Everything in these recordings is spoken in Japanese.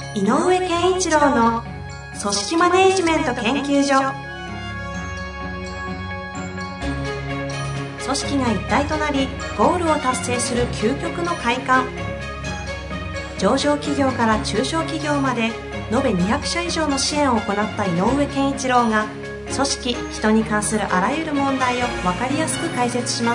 井上健一郎の組織マネジメント研究所。組織が一体となりゴールを達成する究極の快感。上場企業から中小企業まで延べ200社以上の支援を行った井上健一郎が、組織・人に関するあらゆる問題を分かりやすく解説します。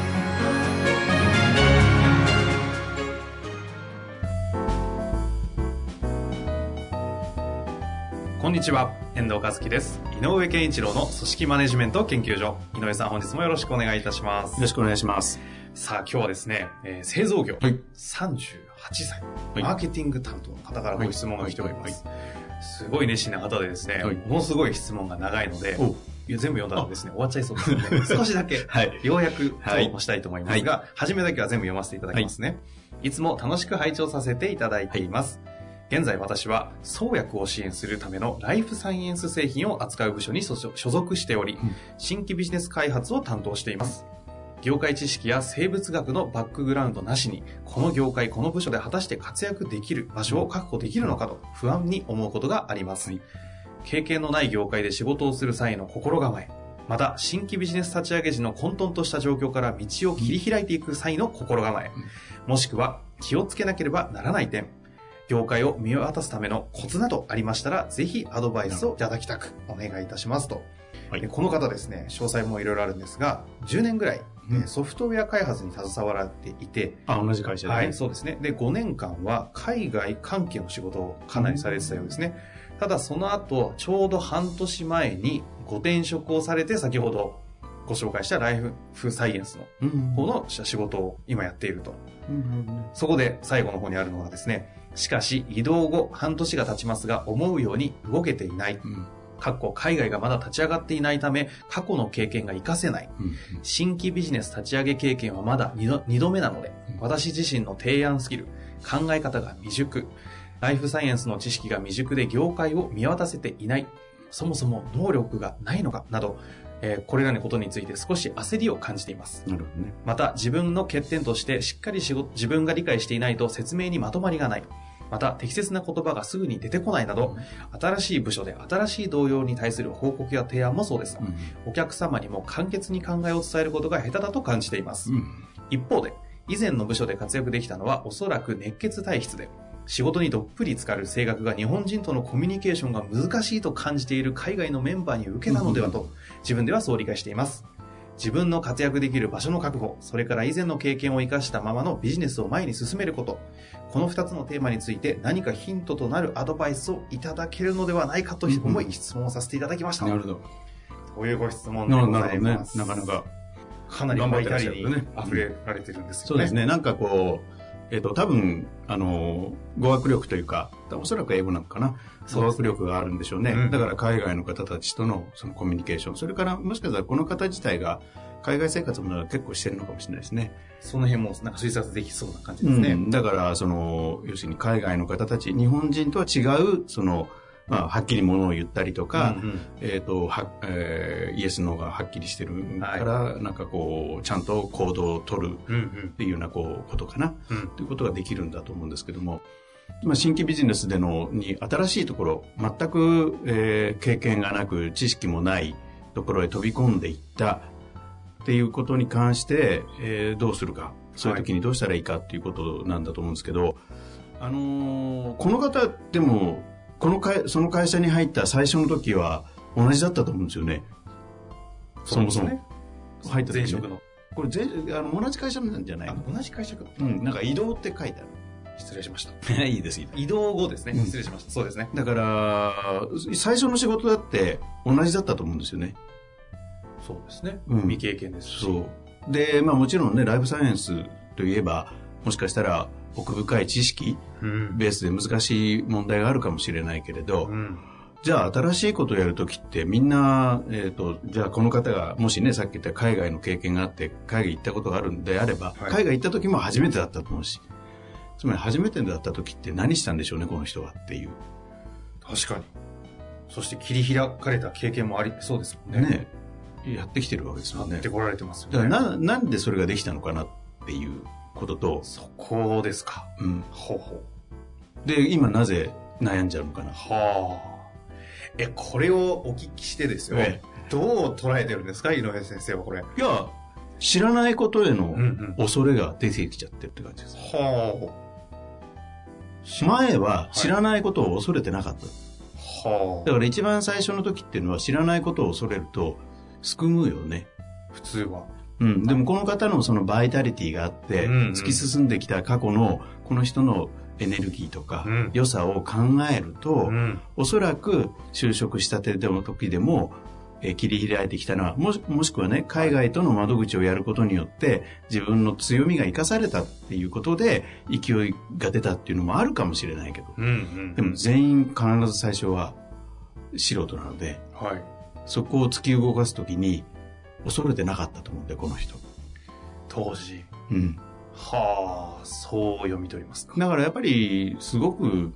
こんにちは、遠藤和樹です。井上健一郎の組織マネジメント研究所。井上さん、本日もよろしくお願いいたします。 よろしくお願いします。 さあ、今日はですね、製造業、 はい、 38歳、マーケティング担当の方からご質問が来ております。すごい熱心な方でですね、ものすごい質問が長いので、全部読んだらですね、終わっちゃいそうですので、少しだけ、ようやくおしたいと思いますが、初めだけは全部読ませていただきますね。いつも楽しく拝聴させていただいています。現在私は創薬を支援するためのライフサイエンス製品を扱う部署に所属しており、新規ビジネス開発を担当しています。業界知識や生物学のバックグラウンドなしに、この業界、この部署で果たして活躍できる場所を確保できるのかと不安に思うことがあります。経験のない業界で仕事をする際の心構え、また新規ビジネス立ち上げ時の混沌とした状況から道を切り開いていく際の心構え、もしくは気をつけなければならない点、業界を見渡すためのコツなどありましたら、ぜひアドバイスをいただきたくお願いいたしますと。この方ですね、詳細もいろいろあるんですが、10年ぐらい、ソフトウェア開発に携わられていて、 同じ会社で、 はい、そうですね。で、5年間は海外関係の仕事をかなりされてたようですね。ただその後、ちょうど半年前にご転職をされて、先ほどご紹介したライフサイエンスの方の仕事を今やっていると。そこで最後の方にあるのがですね、しかし移動後半年が経ちますが思うように動けていない。海外がまだ立ち上がっていないため過去の経験が活かせない。新規ビジネス立ち上げ経験はまだ2度目なので、私自身の提案スキル、考え方が未熟、ライフサイエンスの知識が未熟で業界を見渡せていない、そもそも能力がないのかなど、これらのことについて少し焦りを感じています。 なるほどね。 また自分の欠点としてしっかり自分が理解していないと説明にまとまりがない。また適切な言葉がすぐに出てこないなど、新しい部署で新しい同僚に対する報告や提案もそうです。お客様にも簡潔に考えを伝えることが下手だと感じています。一方で、以前の部署で活躍できたのはおそらく熱血体質で、仕事にどっぷり浸かる性格が日本人とのコミュニケーションが難しいと感じている海外のメンバーに受けたのではと、自分ではそう理解しています。自分の活躍できる場所の確保、それから以前の経験を生かしたままのビジネスを前に進めること、この2つのテーマについて何かヒントとなるアドバイスをいただけるのではないかと思い質問をさせていただきました。 なるほど。 こういうご質問でございます。 なかなかかなりバイタリティに溢れられてるんですよね。 そうですね。なんかこう、多分、語学力というか、おそらく英語なのかな。語学力があるんでしょうね。だから海外の方たちとのそのコミュニケーション。それからもしかしたらこの方自体が海外生活も結構してるのかもしれないですね。 その辺もなんか推察できそうな感じですね。 だから、要するに海外の方たち、日本人とは違う、はっきりものを言ったりとか、イエス、ノーがはっきりしてるから、なんかこう、ちゃんと行動を取るっていうようなことかな、ということができるんだと思うんですけども、新規ビジネスでに新しいところ、全く、経験がなく、知識もないところへ飛び込んでいったっていうことに関して、どうするか、そういう時にどうしたらいいかっていうことなんだと思うんですけど、この方でも、その会社に入った最初の時は同じだったと思うんですよね。そもそも。入った時、ね、前職の。これ同じ会社なんじゃないの？ 同じ会社か。 なんか移動って書いてある。 失礼しました。 いいです。 移動後ですね。失礼しました。そうですね。 だから、最初の仕事だって同じだったと思うんですよね。 そうですね。未経験ですし。 そう。で、もちろんね、ライフサイエンスといえば、もしかしたら奥深い知識、ベースで難しい問題があるかもしれないけれど、じゃあ新しいことをやるときってみんな、じゃあこの方がもしね、さっき言った海外の経験があって海外行ったことがあるんであれば、海外行った時も初めてだったと思うし、つまり初めてだった時って何したんでしょうね、この人はっていう。 確かに。そして切り開かれた経験もありそうですもんね。 やってきてるわけですもんね。 やってこられてますよね。 だからなんでそれができたのかなっていうことと。 そこですか。 ほうほう。 で、今なぜ悩んじゃうのかな。 これをお聞きしてですよ。どう捉えてるんですか、井上先生はこれ。 いや、知らないことへの恐れが出てきちゃってるって感じです。前は知らないことを恐れてなかった。だから一番最初の時っていうのは知らないことを恐れるとすくむよね。 普通は。 でもこの方のそのバイタリティがあって、突き進んできた過去のこの人のエネルギーとか良さを考えると、おそらく就職したての時でも切り開いてきたのはもしくはね、海外との窓口をやることによって自分の強みが生かされたっていうことで勢いが出たっていうのもあるかもしれないけど、でも全員必ず最初は素人なので、そこを突き動かす時に恐れてなかったと思うんだよ、この人当時。そう読み取りますか。 だからやっぱりすごく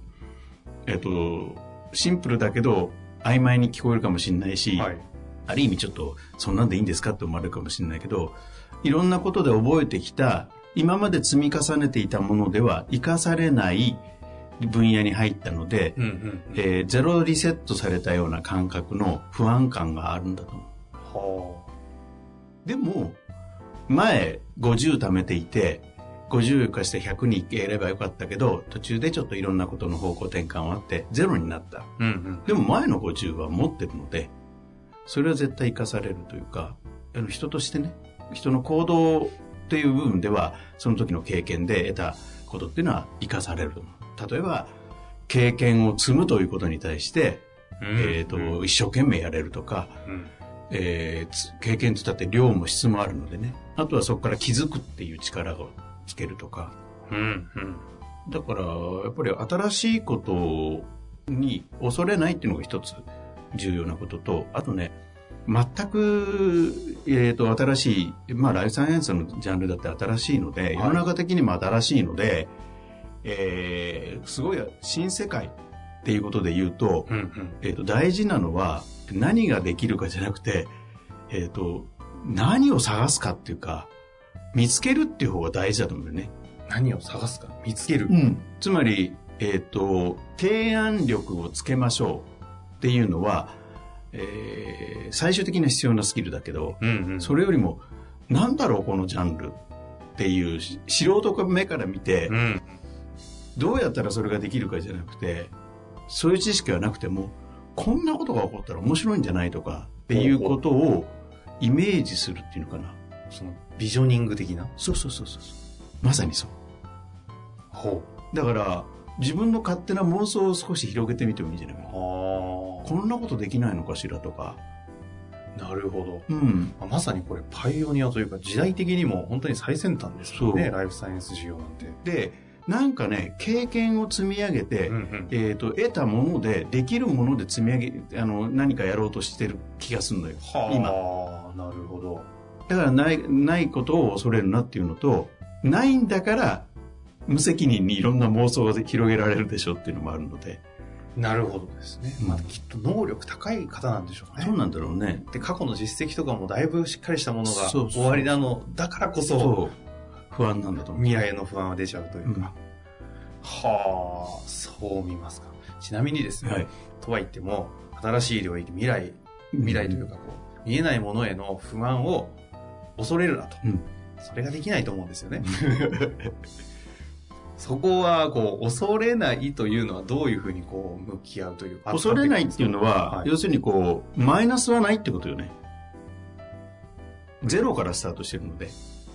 シンプルだけど曖昧に聞こえるかもしれないし、ある意味ちょっとそんなんでいいんですかって思われるかもしれないけど、いろんなことで覚えてきた今まで積み重ねていたものでは生かされない分野に入ったので、ゼロリセットされたような感覚の不安感があるんだと思う。でも前50貯めていて50化して100にいければよかったけど、途中でちょっといろんなことの方向転換はあってゼロになった、でも前の50は持ってるので、それは絶対生かされるというか、人としてね、人の行動という部分ではその時の経験で得たことっていうのは生かされると思う。例えば経験を積むということに対して、一生懸命やれるとか、経験とだって量も質もあるのでね、あとはそこから気づくっていう力をつけるとか、だからやっぱり新しいことに恐れないっていうのが一つ重要なことと、あとね、全く、新しい、ライフサイエンスのジャンルだって新しいので、世の中的にも新しいので、すごい新世界っていうことで言うと、大事なのは何ができるかじゃなくて、何を探すかっていうか、見つけるっていう方が大事だと思うよね。 何を探すか、見つける。 つまり、提案力をつけましょうっていうのは、最終的には必要なスキルだけど、それよりも、なんだろうこのジャンルっていう素人目から見て、どうやったらそれができるかじゃなくて、そういう知識がなくても、こんなことが起こったら面白いんじゃないとかっていうことをイメージするっていうのかな。 そのビジョニング的な。 そう。まさにそう。だから自分の勝手な妄想を少し広げてみてもいいんじゃないかな。こんなことできないのかしらとか。 なるほど。まさにこれパイオニアというか時代的にも本当に最先端ですよね。ライフサイエンス事業なんて。 で、なんかね、経験を積み上げて、得たもので、できるもので積み上げ、何かやろうとしてる気がするのよ。今。 なるほど。 だからないことを恐れるなっていうのと、ないんだから無責任にいろんな妄想が広げられるでしょっていうのもあるので。 なるほどですね。きっと能力高い方なんでしょうね。 そうなんだろうね。 で、過去の実績とかもだいぶしっかりしたものが終わりなのだからこそ、 不安なんだと思う。 未来への不安は出ちゃうというか。そう見ますか。ちなみにですね、とは言っても、新しい領域、未来というか見えないものへの不安を恐れるなと。それができないと思うんですよね。そこは恐れないというのはどういうふうに向き合うというか。 恐れないっていうのは、要するにマイナスはないってことよね。ゼロからスタートしてるので。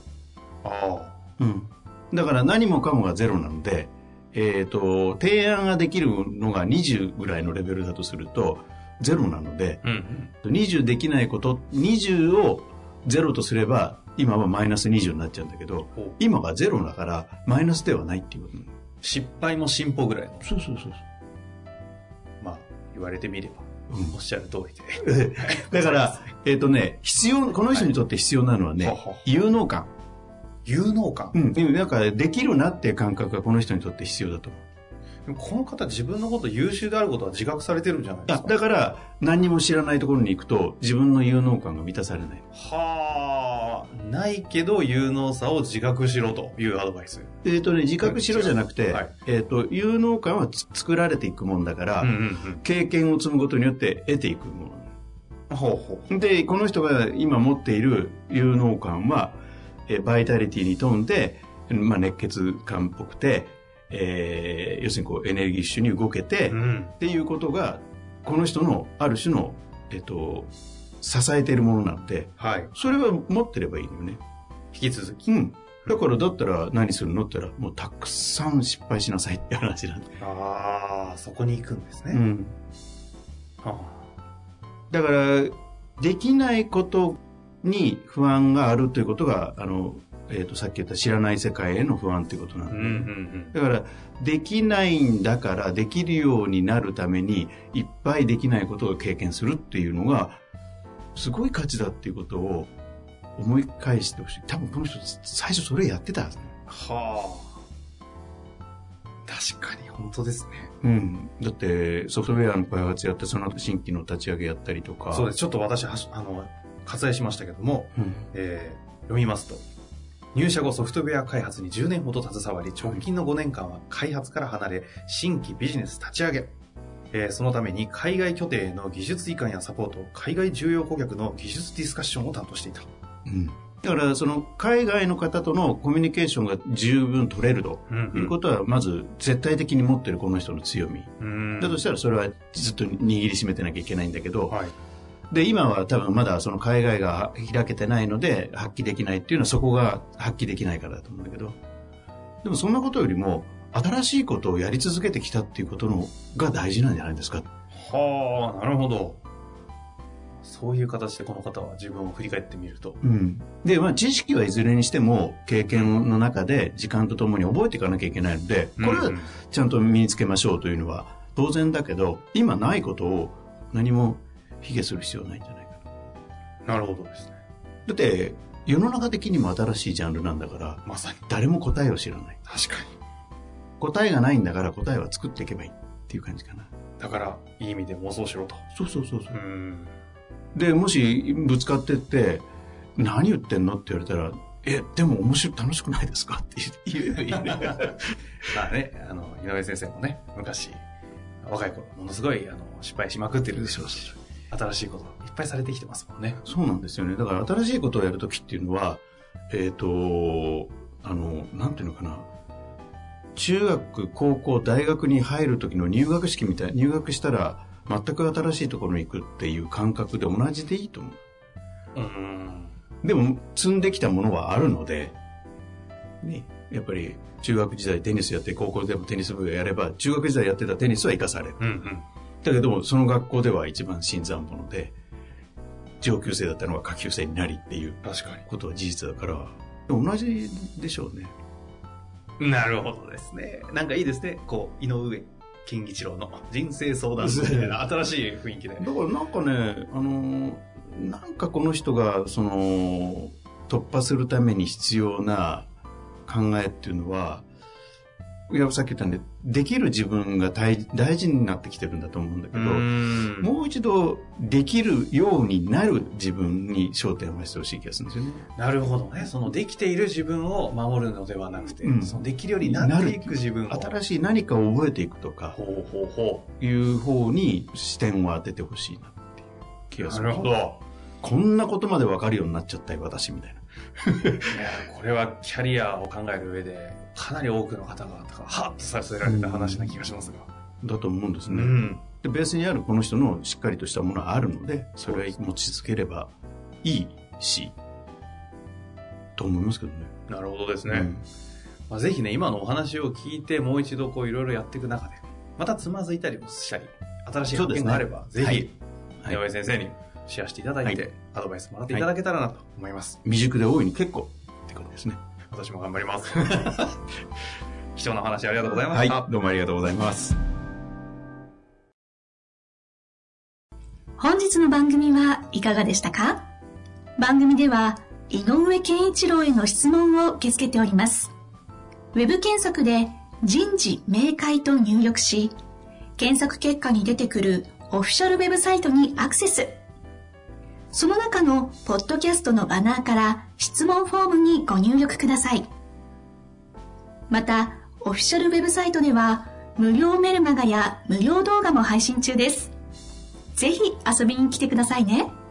だから何もかもがゼロなので、提案ができるのが20ぐらいのレベルだとするとゼロなので、20できないこと、20をゼロとすれば今はマイナス20になっちゃうんだけど、今がゼロだからマイナスではないっていうこと。 失敗も進歩ぐらいの。 そう。 言われてみれば、おっしゃる通りで。 だから、この人にとって必要なのはね、有能感。 有能感。 なんかできるなっていう感覚がこの人にとって必要だと思う。 この方自分のこと優秀であることは自覚されてるんじゃないですか。 だから何にも知らないところに行くと自分の有能感が満たされない。 はあ、ないけど有能さを自覚しろというアドバイス。 自覚しろじゃなくて、 はい、 有能感は作られていくもんだから、経験を積むことによって得ていくもの。 ほうほう。 で、この人が今持っている有能感は、バイタリティに富んで、熱血感っぽくて、要するにエネルギッシュに動けて、っていうことがこの人のある種の、支えているものなので、はい、それは持ってればいいのよね。 引き続き。 だからだったら何するのって言ったらもうたくさん失敗しなさいって話なんで。 ああ、そこに行くんですね。 はあ、だからできないことに不安があるということがさっき言った知らない世界への不安ということなので、だからできないんだからできるようになるためにいっぱいできないことを経験するっていうのがすごい価値だっていうことを思い返してほしい。多分この人最初それやってたはずね。 はあ、確かに本当ですね。 だってソフトウェアの開発やってその後新規の立ち上げやったりとか。 そうです。ちょっと私割愛しましたけども、読みますと、入社後ソフトウェア開発に10年ほど携わり、直近の5年間は開発から離れ新規ビジネス立ち上げ、そのために海外拠点への技術移管やサポート、海外重要顧客の技術ディスカッションを担当していた。 だからその海外の方とのコミュニケーションが十分取れるということはまず絶対的に持ってるこの人の強みだとしたら、それはずっと握りしめてなきゃいけないんだけど、で今は多分まだその海外が開けてないので発揮できないっていうのはそこが発揮できないからだと思うんだけど、でもそんなことよりも新しいことをやり続けてきたっていうことのが大事なんじゃないですか。 はあ、なるほど。そういう形でこの方は自分を振り返ってみると、 で、知識はいずれにしても経験の中で時間とともに覚えていかなきゃいけないので、これはちゃんと身につけましょうというのは当然だけど、今ないことを何も卑下する必要はないんじゃないかな。なるほどですね。 だって世の中的にも新しいジャンルなんだから、 まさに誰も答えを知らない。 確かに答えがないんだから答えは作っていけばいいっていう感じかな。 だからいい意味で妄想しろと。 そうで、もしぶつかってって何言ってんのって言われたら、でも楽しくないですかって言えばいいね。 まあね、井上先生もね、昔若い頃ものすごい失敗しまくってるでしょうし、新しいこといっぱいされてきてますもんね。 そうなんですよね。だから新しいことをやるときっていうのはなんていうのかな、中学高校大学に入るときの入学式みたい、入学したら全く新しいところに行くっていう感覚で同じでいいと思う。でも積んできたものはあるので、ね、やっぱり中学時代テニスやって高校でもテニス部をやれば中学時代やってたテニスは生かされる、だけどその学校では一番新参者で上級生だったのが下級生になりっていうことは事実だから、同じでしょうね。 なるほどですね。なんかいいですね。井上健一郎の人生相談みたいな新しい雰囲気で。だからなんかね、なんかこの人が突破するために必要な考えっていうのは、さっき言ったんでできる自分が大事になってきてるんだと思うんだけど、もう一度できるようになる自分に焦点をしてほしい気がするんですよね。 なるほどね。そのできている自分を守るのではなくて、そのできるようになっていく自分を、 新しい何かを覚えていくとかいう方に視点を当ててほしいなっていう気がする。 なるほど。 こんなことまで分かるようになっちゃったよ私みたいな。 いや、これはキャリアを考える上でかなり多くの方がハッとさせられた話な気がしますが、 だと思うんですね、でベースにあるこの人のしっかりとしたものがあるので、それは持ち続ければいいしと思いますけどね。 なるほどですね、ぜひね、今のお話を聞いてもう一度いろいろやっていく中でまたつまずいたりもしたり新しい発見があれば、ぜひ井上先生にシェアしていただいて、アドバイスもらっていただけたらなと思います。 未熟で大いに結構ってことですね。 私も頑張ります。貴重な話ありがとうございました。 どうもありがとうございます。 本日の番組はいかがでしたか？番組では井上健一郎への質問を受け付けております。ウェブ検索で人事明快と入力し、検索結果に出てくるオフィシャルウェブサイトにアクセス。その中のポッドキャストのバナーから質問フォームにご入力ください。また、オフィシャルウェブサイトでは無料メルマガや無料動画も配信中です。ぜひ遊びに来てくださいね。